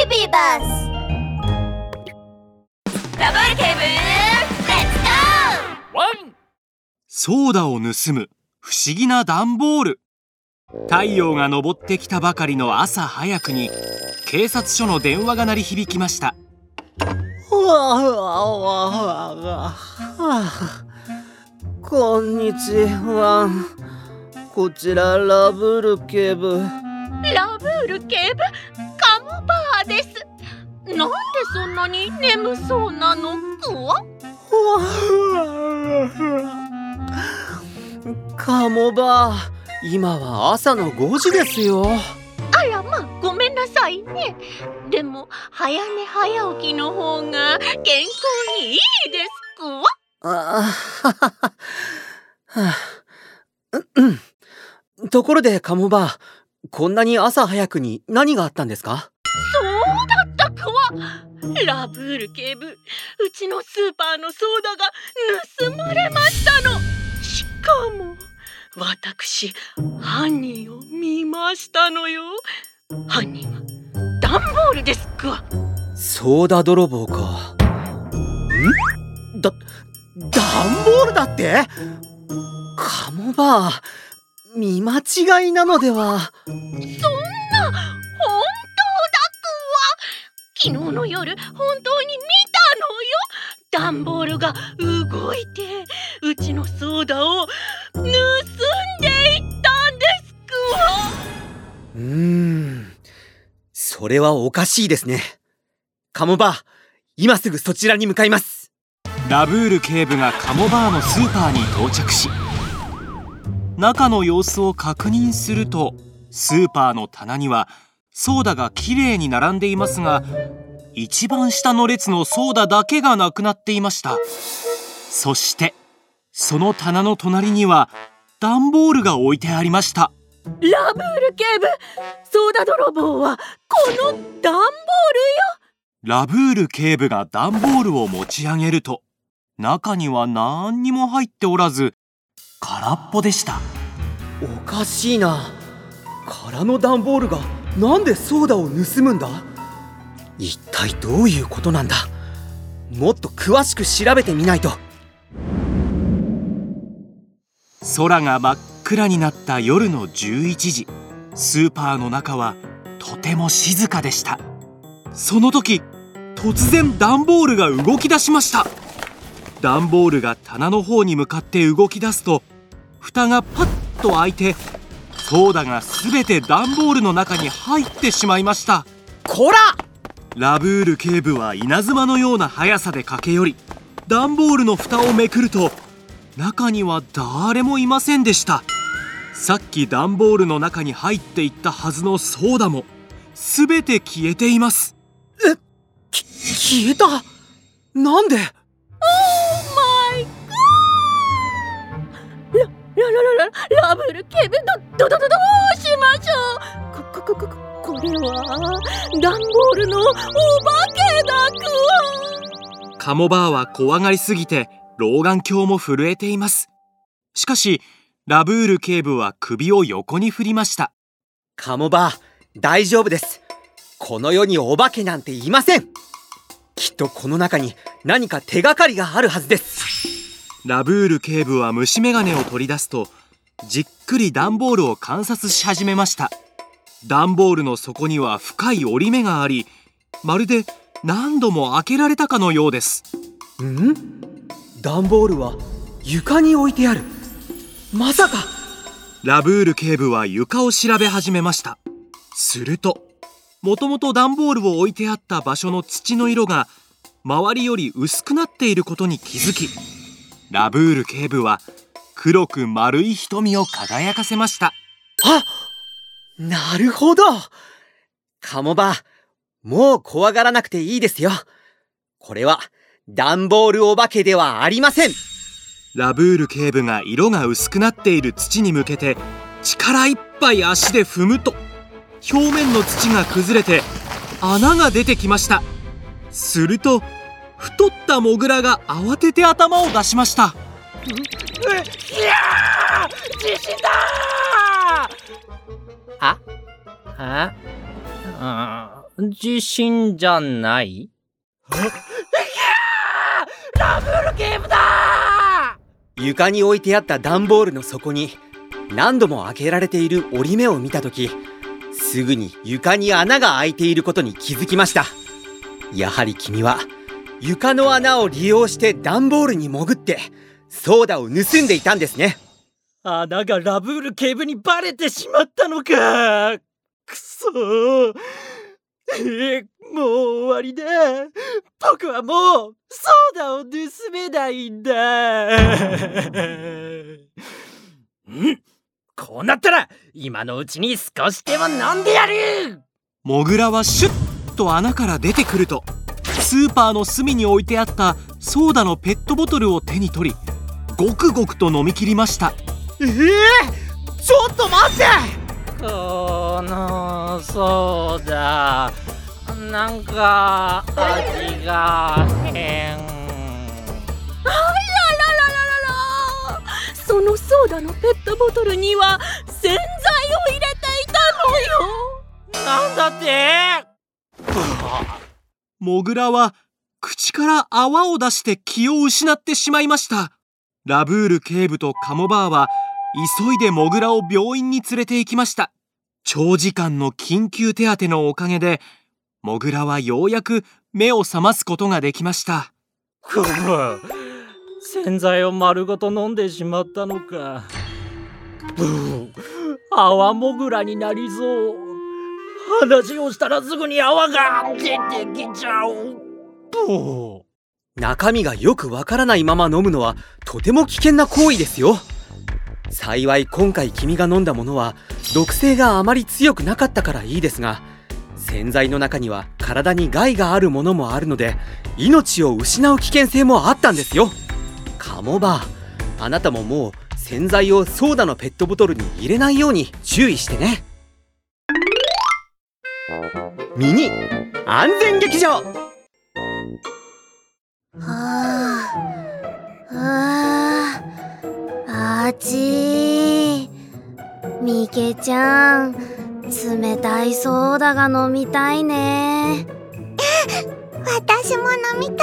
ビーバスダブルケーブルレッツゴー。 ワン。ソーダを盗む不思議な段ボール。太陽が昇ってきたばかりの朝早くに警察署の電話が鳴り響きました。 こんにちは。こちらラブール警部。 ラブール警部、カモバーです。なんでそんなに眠そうなのクワ？ カモバー、今は朝の5時ですよ。 あらまあ、ごめんなさいね。でも早寝早起きの方が健康にいいですクワ。 ところでカモバー、こんなに朝早くに何があったんですか？ そうだったクワ。ラブール警部、うちのスーパーのソーダが盗まれましたの。しかも私、犯人を見ましたのよ。犯人はダンボールですクワ。 ソーダ泥棒か。ダンボールだって？カモバー、見間違いなのでは？ そんな、本当だクワ。昨日の夜、本当に見たのよ。ダンボールが動いて、うちのソーダを盗んでいったんですクワ。 それはおかしいですね。カモバー、今すぐそちらに向かいます。 ラブール警部がカモバーのスーパーに到着し、中の様子を確認すると、スーパーの棚にはソーダがきれいに並んでいますが、一番下の列のソーダだけがなくなっていました。そしてその棚の隣には段ボールが置いてありました。 ラブール警部、ソーダ泥棒はこの段ボールよ。 ラブール警部が段ボールを持ち上げると、中には何にも入っておらず、空っぽでした。 おかしいな。空の段ボールがなんでソーダを盗むんだ？一体どういうことなんだ？もっと詳しく調べてみないと。 空が真っ暗になった夜の11時、スーパーの中はとても静かでした。その時、突然段ボールが動き出しました。段ボールが棚の方に向かって動き出すと、蓋がパッと開いて、ソーダがすべて段ボールの中に入ってしまいました。 こら！ ラブール警部は稲妻のような速さで駆け寄り、段ボールの蓋をめくると、中には誰もいませんでした。さっき段ボールの中に入っていったはずのソーダもすべて消えています。 消えた？なんで？ オーマイゴー。ラブール警部、どうしましょう。これはダンボールのお化けだクワ。 カモバーは怖がりすぎて老眼鏡も震えています。しかしラブール警部は首を横に振りました。 カモバー、大丈夫です。この世にお化けなんていません。きっとこの中に何か手がかりがあるはずです。 ラブール警部は虫眼鏡を取り出すと、じっくり段ボールを観察し始めました。段ボールの底には深い折り目があり、まるで何度も開けられたかのようです。 段ボールは床に置いてある。まさか。 ラブール警部は床を調べ始めました。すると、もともと段ボールを置いてあった場所の土の色が周りより薄くなっていることに気づき、ラブール警部は黒く丸い瞳を輝かせました。 なるほど。カモバー、もう怖がらなくていいですよ。これは段ボールお化けではありません。 ラブール警部が色が薄くなっている土に向けて力いっぱい足で踏むと、表面の土が崩れて穴が出てきました。すると太ったモグラが慌てて頭を出しました。 地震だ地震じゃない？ ラブール警部だ！床に置いてあった段ボールの底に何度も開けられている折り目を見たとき、すぐに床に穴が開いていることに気づきました。やはり君は床の穴を利用して段ボールに潜ってソーダを盗んでいたんですね。 穴がラブール警部にバレてしまったのか。くそー。もう終わりだ。僕はもうソーダを盗めないんだ。こうなったら今のうちに少しでも飲んでやる。 モグラはシュッと穴から出てくると、スーパーの隅に置いてあったソーダのペットボトルを手に取り、ごくごくと飲み切りました。 ちょっと待って！ このソーダ、なんか味が変。 あらららららら、そのソーダのペットボトルには洗剤を入れていたのよ。 なんだって？ モグラは口から泡を出して気を失ってしまいました。ラブール警部とカモバーは急いでモグラを病院に連れて行きました。長時間の緊急手当てのおかげでモグラはようやく目を覚ますことができました。 洗剤を丸ごと飲んでしまったのか。泡モグラになりそう。話をしたらすぐに泡が出てきちゃう。 中身がよくわからないまま飲むのはとても危険な行為ですよ。幸い今回君が飲んだものは毒性があまり強くなかったからいいですが、洗剤の中には体に害があるものもあるので命を失う危険性もあったんですよ。カモバー、あなたももう洗剤をソーダのペットボトルに入れないように注意してね。ミニ安全劇場。 あちー。ミケちゃん、冷たいソーダが飲みたいね。私も飲みたい。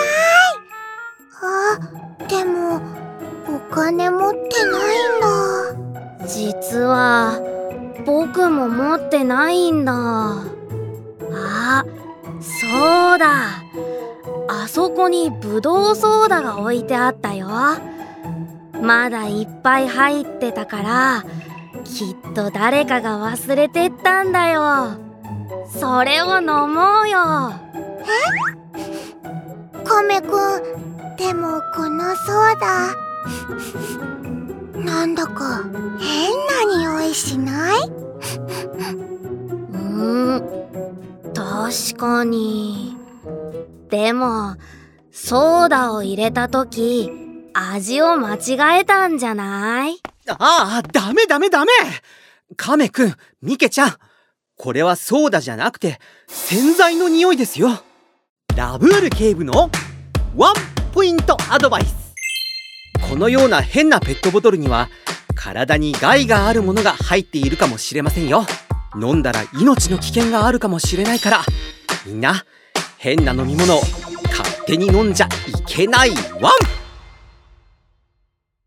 でもお金持ってないんだ。実は僕も持ってないんだ。そうだ。あそこにブドウソーダが置いてあったよ。まだいっぱい入ってたから、きっと誰かが忘れてったんだよ。それを飲もうよ。カメくん、でもこのソーダなんだか変な匂いしない？確かに。でもソーダを入れたとき味を間違えたんじゃない？ ダメ。カメくん、ミケちゃん、これはソーダじゃなくて洗剤の匂いですよ。ラブール警部のワンポイントアドバイス。このような変なペットボトルには体に害があるものが入っているかもしれませんよ。飲んだら命の危険があるかもしれないから、みんな変な飲み物を勝手に飲んじゃいけないワン。